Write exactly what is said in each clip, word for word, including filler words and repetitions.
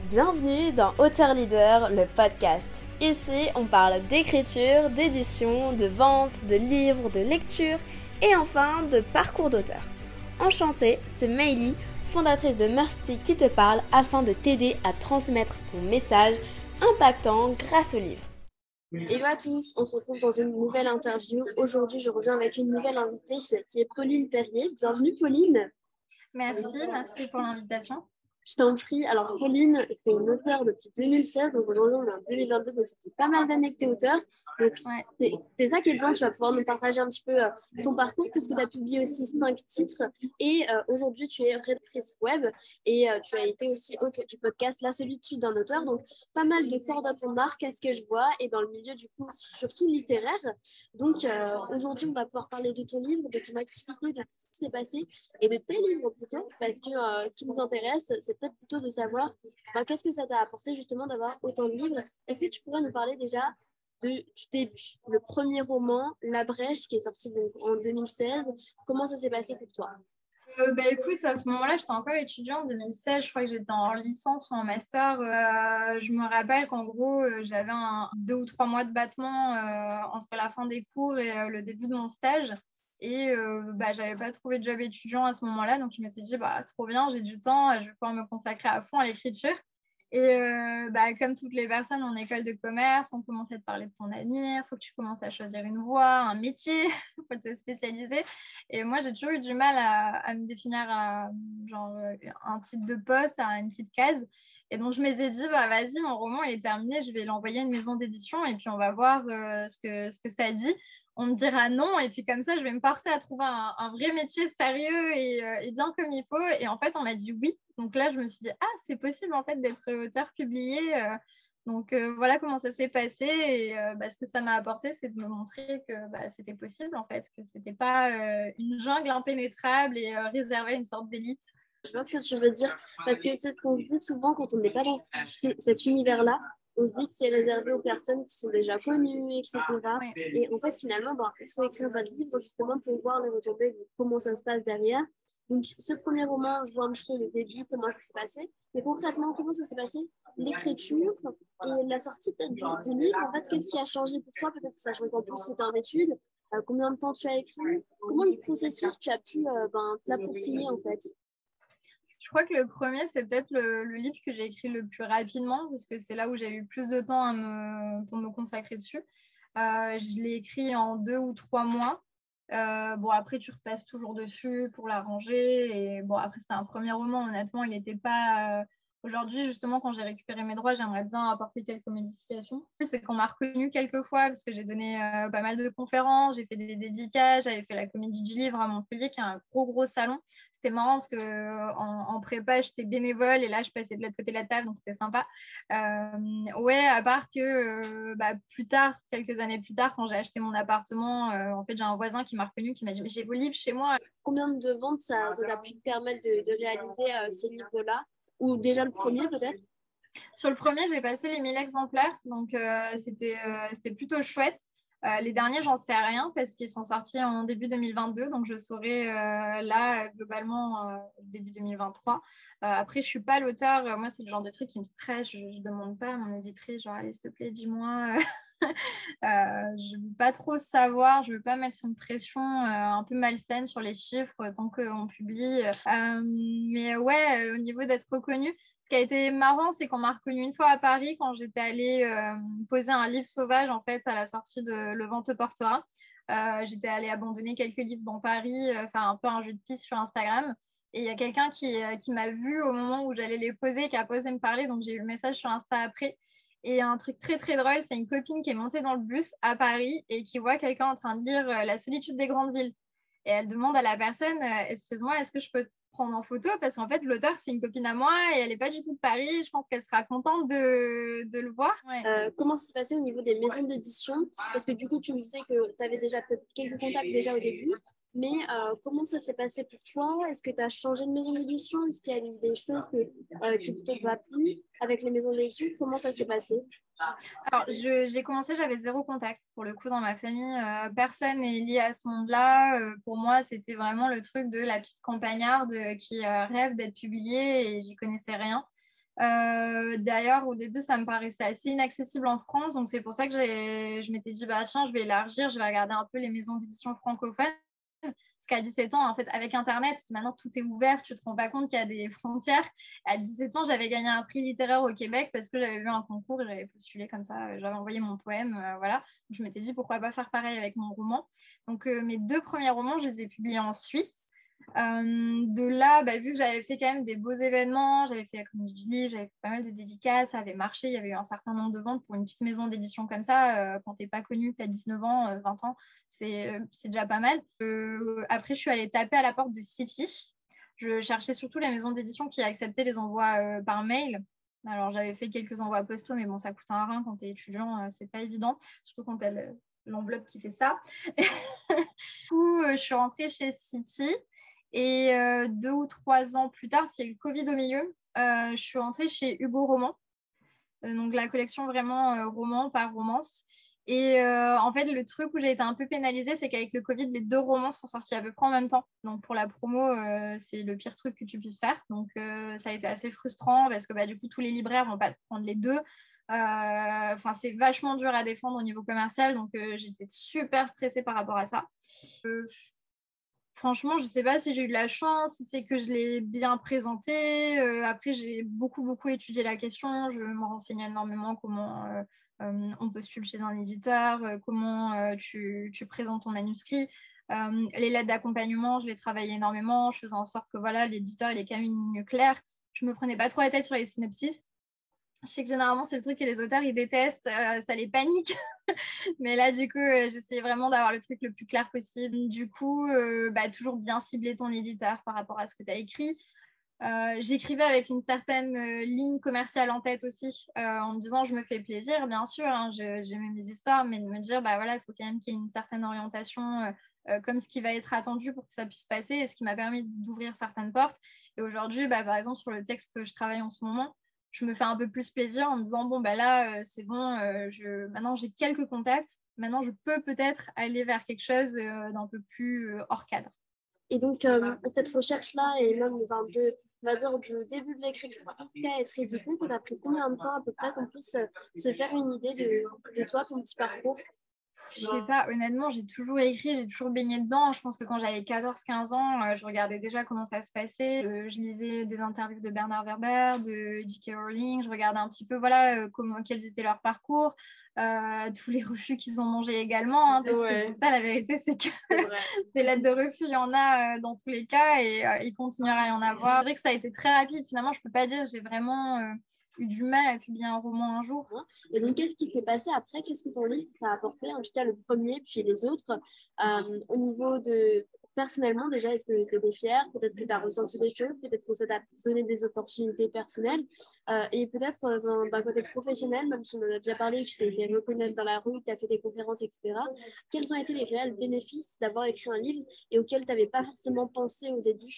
Bienvenue dans Auteur Leader, le podcast. Ici, on parle d'écriture, d'édition, de vente, de livres, de lecture et enfin de parcours d'auteur. Enchantée, c'est Meili, fondatrice de Mercy qui te parle afin de t'aider à transmettre ton message impactant grâce au livre. Hello à tous, on se retrouve dans une nouvelle interview. Aujourd'hui, je reviens avec une nouvelle invitée qui est Pauline Perrier. Bienvenue Pauline. Merci, merci pour l'invitation. Je t'en prie. Alors, Pauline, c'est une auteure depuis deux mille seize, donc aujourd'hui, on est en deux mille vingt-deux, donc ça fait pas mal d'années que tu es auteure. Donc, Ouais. c'est, c'est ça qui est bien, tu vas pouvoir nous partager un petit peu euh, ton parcours, puisque tu as publié aussi cinq titres. Et euh, aujourd'hui, tu es rédactrice web et euh, tu as été aussi hôte du podcast La solitude d'un auteur. Donc, pas mal de cordes à ton arc, à ce que je vois, et dans le milieu, du coup, surtout littéraire. Donc, euh, aujourd'hui, on va pouvoir parler de ton livre, de ton activité, de tout ce qui s'est passé et de tes livres plutôt, parce que euh, ce qui nous intéresse, c'est peut-être plutôt de savoir bah, qu'est-ce que ça t'a apporté justement d'avoir autant de livres. Est-ce que tu pourrais nous parler déjà de, du début, le premier roman, La Brèche, qui est sorti donc, en deux mille seize. Comment ça s'est passé pour toi? Euh, bah, écoute, à ce moment-là, j'étais encore étudiante en deux mille seize. Je crois que j'étais en licence ou en master. Euh, je me rappelle qu'en gros, euh, j'avais un, deux ou trois mois de battement euh, entre la fin des cours et euh, le début de mon stage. Et euh, bah, j'avais pas trouvé de job étudiant à ce moment-là. Donc, je m'étais dit, bah, trop bien, j'ai du temps, je vais pouvoir me consacrer à fond à l'écriture. Et euh, bah, comme toutes les personnes en école de commerce, on commence à te parler de ton avenir, il faut que tu commences à choisir une voie, un métier, il faut te spécialiser. Et moi, j'ai toujours eu du mal à, à me définir à genre, un type de poste, à une petite case. Et donc, je m'étais dit, bah, vas-y, mon roman il est terminé, je vais l'envoyer à une maison d'édition et puis on va voir euh, ce, que, ce que ça dit. On me dira non, et puis comme ça, je vais me forcer à trouver un, un vrai métier sérieux et, euh, et bien comme il faut. Et en fait, on m'a dit oui. Donc là, je me suis dit, ah, c'est possible en fait d'être auteur publié. Euh, donc euh, voilà comment ça s'est passé. Et euh, bah, ce que ça m'a apporté, c'est de me montrer que bah, c'était possible en fait, que c'était pas euh, une jungle impénétrable et euh, réservée à une sorte d'élite. Je vois ce que tu veux dire, parce que c'est ce qu'on dit souvent quand on n'est pas dans cet univers-là. On se dit que c'est réservé aux personnes qui sont déjà connues, et cetera. Ouais. Et en fait, finalement, ben, il faut écrire votre livre justement pour voir les retombées de comment ça se passe derrière. Donc, ce premier roman, je vois un petit peu le début, comment ça s'est passé. Mais concrètement, comment ça s'est passé? L'écriture et la sortie peut-être du, du livre. En fait, qu'est-ce qui a changé pour toi? Peut-être sachant qu'en plus, c'était en études. Euh, combien de temps tu as écrit? Comment le processus tu as pu euh, ben, te l'approprier en fait? Je crois que le premier, c'est peut-être le, le livre que j'ai écrit le plus rapidement, parce que c'est là où j'ai eu plus de temps à me, pour me consacrer dessus. Euh, je l'ai écrit en deux ou trois mois. Euh, bon, après, tu repasses toujours dessus pour l'arranger. Et bon, après, c'est un premier roman. Honnêtement, il n'était pas... euh, Aujourd'hui, justement, quand j'ai récupéré mes droits, j'aimerais bien apporter quelques modifications. C'est qu'on m'a reconnue quelques fois parce que j'ai donné euh, pas mal de conférences, j'ai fait des dédicaces, j'avais fait la comédie du livre à Montpellier, qui est un gros, gros salon. C'était marrant parce qu'en en prépa, j'étais bénévole et là, je passais de l'autre côté de la table, donc c'était sympa. Euh, ouais, à part que euh, bah, plus tard, quelques années plus tard, quand j'ai acheté mon appartement, euh, en fait, j'ai un voisin qui m'a reconnu, qui m'a dit mais j'ai vos livres chez moi. Combien de ventes ça, ça t'a pu te permettre de, de réaliser euh, ces livres-là? Ou déjà le premier peut-être? Sur le premier, j'ai passé les mille exemplaires, donc euh, c'était euh, c'était plutôt chouette. Euh, les derniers, j'en sais rien parce qu'ils sont sortis en début deux mille vingt-deux, donc je saurai euh, là globalement euh, début deux mille vingt-trois. Euh, après, je suis pas l'auteur. Euh, moi, c'est le genre de truc qui me stresse. Je, je demande pas à mon éditrice, genre allez, s'il te plaît, dis-moi. euh, je veux pas trop savoir. Je veux pas mettre une pression euh, un peu malsaine sur les chiffres tant qu'on publie. Euh, mais ouais, euh, au niveau d'être reconnu. Ce qui a été marrant, c'est qu'on m'a reconnue une fois à Paris quand j'étais allée euh, poser un livre sauvage en fait à la sortie de Le Vent te portera. Euh, j'étais allée abandonner quelques livres dans Paris, euh, faire un peu un jeu de piste sur Instagram. Et il y a quelqu'un qui, euh, qui m'a vu au moment où j'allais les poser, qui a posé me parler. Donc j'ai eu le message sur Insta après. Et un truc très très drôle, c'est une copine qui est montée dans le bus à Paris et qui voit quelqu'un en train de lire euh, La solitude des grandes villes. Et elle demande à la personne, euh, excuse-moi, est-ce que je peux prendre en photo parce qu'en fait l'auteur c'est une copine à moi et elle n'est pas du tout de Paris, je pense qu'elle sera contente de, de le voir. Ouais. Euh, comment ça s'est passé au niveau des maisons d'édition? Parce que du coup tu me disais que tu avais déjà peut-être quelques contacts déjà au début, mais euh, comment ça s'est passé pour toi? Est-ce que tu as changé de maison d'édition? Est-ce qu'il y a eu des choses que, euh, qui ne t'ont pas plu avec les maisons d'édition? Comment ça s'est passé? Alors, je, j'ai commencé, j'avais zéro contact. Pour le coup, dans ma famille, euh, personne n'est lié à ce monde-là. Euh, pour moi, c'était vraiment le truc de la petite campagnarde euh, qui euh, rêve d'être publiée et j'y connaissais rien. Euh, d'ailleurs, au début, ça me paraissait assez inaccessible en France. Donc, c'est pour ça que j'ai, je m'étais dit, bah, tiens, je vais élargir, je vais regarder un peu les maisons d'édition francophones. Parce qu'à dix-sept ans, en fait, avec Internet, maintenant tout est ouvert, tu ne te rends pas compte qu'il y a des frontières. À dix-sept ans, j'avais gagné un prix littéraire au Québec parce que j'avais vu un concours et j'avais postulé comme ça, j'avais envoyé mon poème, euh, voilà. Donc, je m'étais dit pourquoi pas faire pareil avec mon roman. Donc, euh, mes deux premiers romans, je les ai publiés en Suisse. Euh, de là, bah, vu que j'avais fait quand même des beaux événements, j'avais fait la Comédie du Livre, j'avais fait pas mal de dédicaces, ça avait marché, il y avait eu un certain nombre de ventes pour une petite maison d'édition comme ça. Euh, quand t'es pas connu, que t'as dix-neuf ans, euh, vingt ans, c'est, euh, c'est déjà pas mal. Euh, après, je suis allée taper à la porte de City. Je cherchais surtout les maisons d'édition qui acceptaient les envois euh, par mail. Alors, j'avais fait quelques envois postaux, mais bon, ça coûte un rein quand t'es étudiant, euh, c'est pas évident, surtout quand t'as le, l'enveloppe qui fait ça. Du coup, euh, je suis rentrée chez City. Et euh, deux ou trois ans plus tard, parce qu'il y a eu le Covid au milieu, euh, je suis rentrée chez Hugo Roman, euh, donc la collection vraiment euh, roman par romance. Et euh, en fait, le truc où j'ai été un peu pénalisée, c'est qu'avec le Covid, les deux romans sont sortis à peu près en même temps. Donc pour la promo, euh, c'est le pire truc que tu puisses faire. Donc euh, ça a été assez frustrant parce que bah, du coup, tous les libraires vont pas prendre les deux. Enfin, euh, c'est vachement dur à défendre au niveau commercial. Donc euh, j'étais super stressée par rapport à ça. Euh, Franchement, je ne sais pas si j'ai eu de la chance, si c'est que je l'ai bien présenté. Euh, après, j'ai beaucoup, beaucoup étudié la question. Je me renseignais énormément comment euh, euh, on postule chez un éditeur, euh, comment euh, tu, tu présentes ton manuscrit. Euh, les lettres d'accompagnement, je les travaillais énormément. Je faisais en sorte que voilà, l'éditeur, il ait quand même une ligne claire. Je ne me prenais pas trop la tête sur les synopsis. Je sais que généralement, c'est le truc que les auteurs, ils détestent. Euh, ça les panique. Mais là, du coup, euh, j'essayais vraiment d'avoir le truc le plus clair possible. Du coup, euh, bah, toujours bien cibler ton éditeur par rapport à ce que tu as écrit. Euh, j'écrivais avec une certaine euh, ligne commerciale en tête aussi, euh, en me disant je me fais plaisir, bien sûr, hein, je, j'aimais mes histoires, mais de me dire bah voilà, il faut quand même qu'il y ait une certaine orientation euh, euh, comme ce qui va être attendu pour que ça puisse passer, et ce qui m'a permis d'ouvrir certaines portes. Et aujourd'hui, bah, par exemple, sur le texte que je travaille en ce moment, je me fais un peu plus plaisir en me disant bon bah là, euh, c'est bon, euh, je... maintenant j'ai quelques contacts, maintenant je peux peut-être aller vers quelque chose euh, d'un peu plus euh, hors cadre. Et donc, euh, cette recherche-là, et même enfin, de, on va dire, du début de l'écriture jusqu'à être édité, ça a pris combien de temps à peu près qu'on puisse euh, se faire une idée de, de toi, ton petit parcours? Je sais pas, honnêtement, j'ai toujours écrit, j'ai toujours baigné dedans. Je pense que quand j'avais quatorze quinze ans, euh, je regardais déjà comment ça se passait. Je, je lisais des interviews de Bernard Werber, de J K. Rowling. Je regardais un petit peu voilà, euh, comment, quels étaient leurs parcours, euh, tous les refus qu'ils ont mangés également. Hein, parce ouais. que c'est ça, la vérité, c'est que des lettres de refus, il y en a euh, dans tous les cas et euh, il continuera à y en avoir. C'est vrai que ça a été très rapide. Finalement, je peux pas dire j'ai vraiment... Euh, eu du mal à publier un roman un jour. Et donc, qu'est-ce qui s'est passé après? Qu'est-ce que ton livre t'a apporté? En tout cas, le premier, puis les autres. Euh, au niveau de... Personnellement, déjà, est-ce que tu étais fière? Peut-être que tu as ressenti des choses, peut-être que ça t'a donné des opportunités personnelles. Euh, et peut-être euh, d'un côté professionnel, même si on en a déjà parlé, tu t'es fait reconnaître dans la rue, tu as fait des conférences, et cetera. Quels ont été les réels bénéfices d'avoir écrit un livre et auxquels tu n'avais pas forcément pensé au début?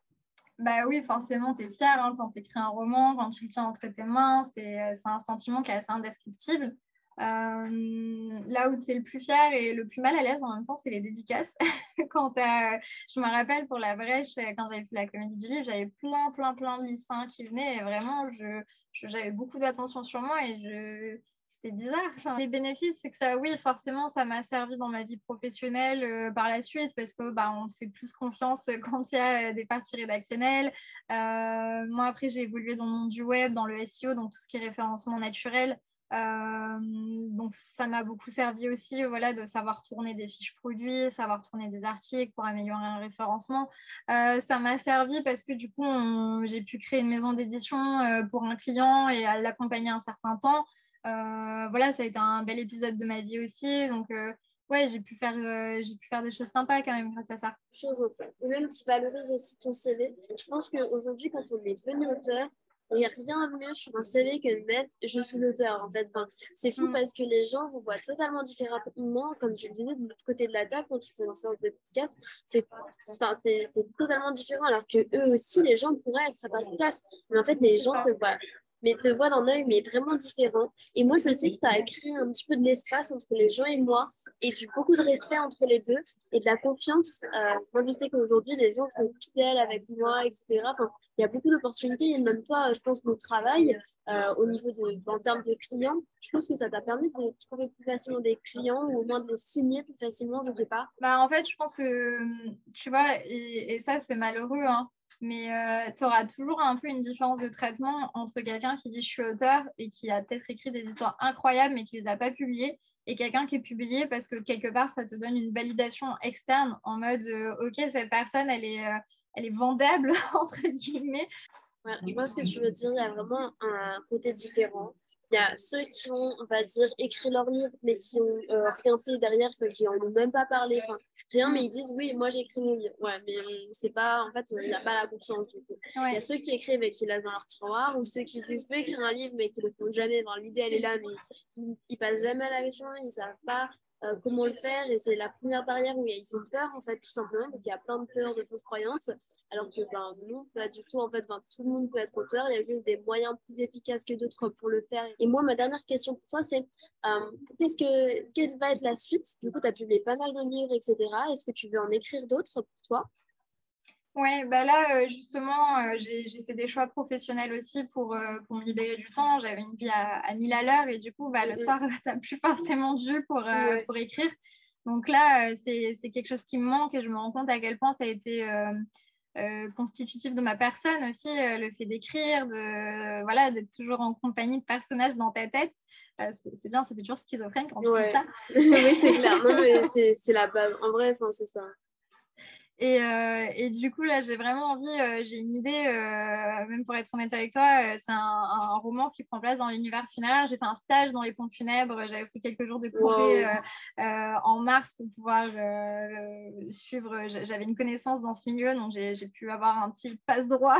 Bah oui, forcément, tu es fière hein, quand tu écris un roman, quand tu le tiens entre tes mains, c'est, c'est un sentiment qui est assez indescriptible. Euh, là où tu es le plus fier et le plus mal à l'aise en même temps, c'est les dédicaces. Quand je me rappelle pour la brèche, quand j'avais fait la Comédie du Livre, j'avais plein, plein, plein de lycéens qui venaient et vraiment, je, je, j'avais beaucoup d'attention sur moi et je... c'était bizarre. Enfin, les bénéfices, c'est que ça, oui, forcément, ça m'a servi dans ma vie professionnelle euh, par la suite parce que bah, on te fait plus confiance quand il y a euh, des parties rédactionnelles. Euh, moi, après, j'ai évolué dans le monde du web, dans le S E O, donc tout ce qui est référencement naturel. Euh, donc ça m'a beaucoup servi aussi voilà, de savoir tourner des fiches produits, savoir tourner des articles pour améliorer un référencement. Euh, ça m'a servi parce que du coup on, j'ai pu créer une maison d'édition euh, pour un client et à l'accompagner un certain temps. Euh, voilà, ça a été un bel épisode de ma vie aussi. Donc euh, ouais, j'ai pu faire euh, j'ai pu faire des choses sympas quand même grâce à ça. Chose en fait. Et même tu valorises aussi ton C V. Je pense qu'aujourd'hui quand on est devenu auteur, il n'y a rien de mieux sur un C V que de mettre je suis auteur en fait. Enfin, c'est fou mm. parce que les gens vous voient totalement différemment. Comme tu le disais, de l'autre côté de la table, quand tu fais une séance de podcast, c'est, enfin, c'est, c'est totalement différent. Alors que eux aussi, les gens pourraient être à ta place. Mais en fait, les gens te voient mais te le vois d'un œil mais vraiment différent. Et moi, je sais que tu as créé un petit peu de l'espace entre les gens et moi, et du beaucoup de respect entre les deux, et de la confiance. Euh, moi, je sais qu'aujourd'hui, les gens sont fidèles avec moi, et cetera. Enfin, il y a beaucoup d'opportunités, et même toi, je pense, au travail, euh, au niveau de, en termes de clients, je pense que ça t'a permis de trouver plus facilement des clients, ou au moins de les signer plus facilement, je ne sais pas. Bah, en fait, je pense que, tu vois, et, et ça, c'est malheureux, hein, mais euh, tu auras toujours un peu une différence de traitement entre quelqu'un qui dit je suis auteur et qui a peut-être écrit des histoires incroyables mais qui les a pas publiées, et quelqu'un qui est publié parce que quelque part, ça te donne une validation externe en mode euh, ok, cette personne, elle est, euh, elle est vendable, entre guillemets. Ouais, je vois ce que tu veux dire. Il y a vraiment un côté différent. Il y a ceux qui ont, on va dire, écrit leur livre, mais qui ont euh, rien fait derrière, enfin, qui n'en ont même pas parlé. Enfin, rien, mais ils disent oui, moi j'ai écrit mon livre. Ouais, mais euh, c'est pas, en fait, il n'y a pas la confiance du coup. Il Ouais. y a ceux qui écrivent et qui laissent dans leur tiroir, ou ceux qui disent je peux écrire un livre, mais qui ne le font jamais. Enfin, l'idée, elle est là, mais ils, ils passent jamais à l'action, ils ne savent pas. Euh, comment le faire, et c'est la première barrière où ils ont peur en fait, tout simplement, parce qu'il y a plein de peurs, de fausses croyances, alors que ben, non, pas du tout, en fait, ben, tout le monde peut être auteur, il y a juste des moyens plus efficaces que d'autres pour le faire. Et moi, ma dernière question pour toi, c'est euh, qu'est-ce que, quelle va être la suite? Du coup, tu as publié pas mal de livres, et cetera. Est-ce que tu veux en écrire d'autres pour toi? Ouais, bah là, euh, justement, euh, j'ai, j'ai fait des choix professionnels aussi pour, euh, pour me libérer du temps. J'avais une vie à, à mille à l'heure et du coup, bah, le Mm-hmm. soir, t'as plus forcément de jus pour, euh, Ouais. pour écrire. Donc là, euh, c'est, c'est quelque chose qui me manque et je me rends compte à quel point ça a été euh, euh, constitutif de ma personne aussi, euh, le fait d'écrire, de, voilà, d'être toujours en compagnie de personnages dans ta tête. Euh, c'est, c'est bien, ça fait toujours schizophrène quand tu dis Ouais. ça. Oui, c'est clair. Non, mais c'est, c'est la base. En vrai, enfin, c'est ça. Et, euh, et du coup, là, j'ai vraiment envie, euh, j'ai une idée, euh, même pour être honnête avec toi, euh, c'est un, un roman qui prend place dans l'univers funéraire. J'ai fait un stage dans les pompes funèbres, j'avais pris quelques jours de congé Wow. euh, euh, en mars pour pouvoir euh, suivre. J'avais une connaissance dans ce milieu, donc j'ai, j'ai pu avoir un petit passe-droit.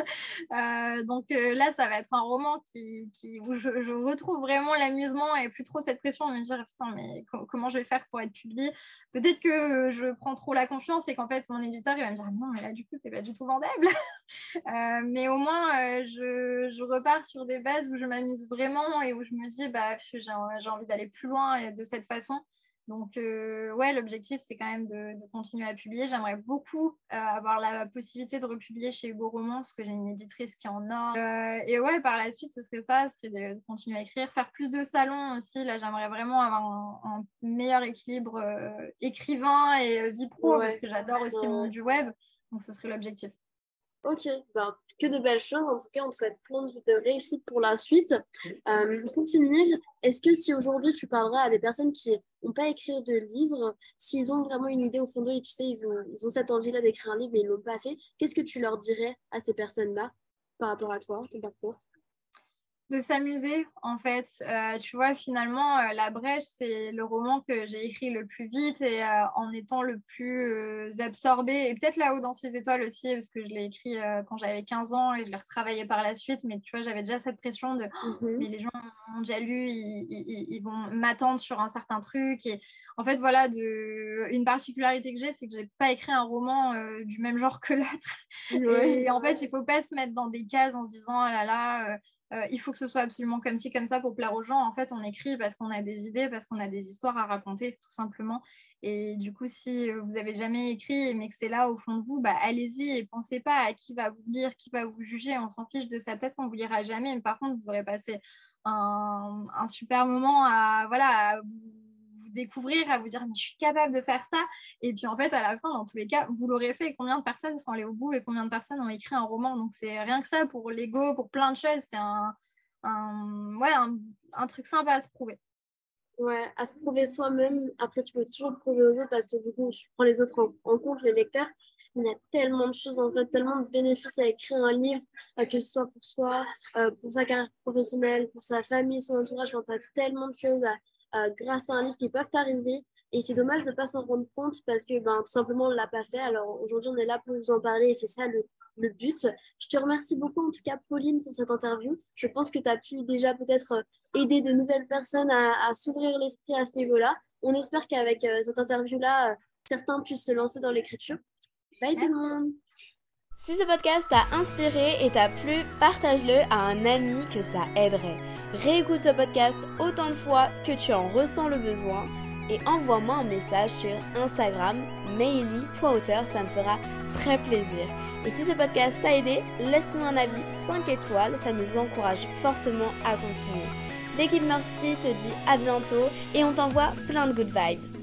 Euh, donc euh, là, ça va être un roman qui, qui, où je, je retrouve vraiment l'amusement et plus trop cette pression de me dire putain, mais co- comment je vais faire pour être publié. Peut-être que je prends trop la confiance et qu'en fait, mon éditeur il va me dire non, mais là, du coup, c'est pas du tout vendable. euh, mais au moins, euh, je, je repars sur des bases où je m'amuse vraiment et où je me dis bah, j'ai, j'ai envie d'aller plus loin de cette façon. Donc, euh, ouais, l'objectif, c'est quand même de, de continuer à publier. J'aimerais beaucoup euh, avoir la possibilité de republier chez Hugo Roman, parce que j'ai une éditrice qui en a. Euh, et ouais, par la suite, ce serait ça, ce serait de, de continuer à écrire, faire plus de salons aussi. Là, j'aimerais vraiment avoir un, un meilleur équilibre euh, écrivain et euh, vie pro, Ouais. parce que j'adore aussi Ouais, le monde ouais. du web. Donc, ce serait l'objectif. Ok, ben, que de belles choses. En tout cas, on te souhaite plein de de réussite pour la suite. Euh, pour finir, est-ce que si aujourd'hui tu parlerais à des personnes qui n'ont pas écrit de livre, s'ils ont vraiment une idée au fond d'eux et tu sais, ils ont, ils ont cette envie-là d'écrire un livre mais ils ne l'ont pas fait, qu'est-ce que tu leur dirais à ces personnes-là par rapport à toi, ton parcours? De s'amuser en fait. Euh, tu vois, finalement, euh, La Brèche, c'est le roman que j'ai écrit le plus vite et euh, en étant le plus euh, absorbé. Et peut-être Là-haut dans les étoiles aussi, parce que je l'ai écrit euh, quand j'avais quinze ans et je l'ai retravaillé par la suite. Mais tu vois, j'avais déjà cette pression de oh, Mhm. mais les gens ont déjà lu, ils, ils, ils vont m'attendre sur un certain truc. Et en fait, voilà, de... une particularité que j'ai, c'est que j'ai pas écrit un roman euh, du même genre que l'autre. Ouais. Et en fait, il faut pas se mettre dans des cases en se disant, oh là là, euh, euh, il faut que ce soit absolument comme ci, comme ça pour plaire aux gens. En fait, on écrit parce qu'on a des idées, parce qu'on a des histoires à raconter, tout simplement. Et du coup, si vous avez jamais écrit, mais que c'est là au fond de vous, bah, allez-y et pensez pas à qui va vous lire, qui va vous juger. On s'en fiche de ça. Peut-être qu'on vous lira jamais, mais par contre, vous aurez passé un, un super moment à, voilà, à vous, vous découvrir, à vous dire, mais je suis capable de faire ça. Et puis en fait, à la fin, dans tous les cas, vous l'aurez fait. Et combien de personnes sont allées au bout et combien de personnes ont écrit un roman? Donc c'est rien que ça pour l'ego, pour plein de choses. C'est un, un, ouais, un, un truc sympa à se prouver. Ouais, à se prouver soi-même. Après, tu peux toujours le prouver aux autres parce que du coup, tu prends les autres en, en compte, les lecteurs. Il y a tellement de choses, en fait, tellement de bénéfices à écrire un livre, euh, que ce soit pour soi, euh, pour sa carrière professionnelle, pour sa famille, son entourage. Enfin, tu as tellement de choses à, à- grâce à un livre qui peuvent t'arriver. Et c'est dommage de ne pas s'en rendre compte parce que ben, tout simplement, on ne l'a pas fait. Alors aujourd'hui, on est là pour vous en parler et c'est ça le, le but. Je te remercie beaucoup, en tout cas, Pauline, pour cette interview. Je pense que tu as pu déjà peut-être euh, aider de nouvelles personnes à, à s'ouvrir l'esprit à ce niveau-là. On espère qu'avec euh, cette interview-là, euh, certains puissent se lancer dans l'écriture. Bye tout le Merci. monde! Si ce podcast t'a inspiré et t'a plu, partage-le à un ami que ça aiderait. Réécoute ce podcast autant de fois que tu en ressens le besoin et envoie-moi un message sur Instagram, maily point auteur, ça me fera très plaisir. Et si ce podcast t'a aidé, laisse-nous un avis cinq étoiles, ça nous encourage fortement à continuer. L'équipe Mercy te dit à bientôt et on t'envoie plein de good vibes.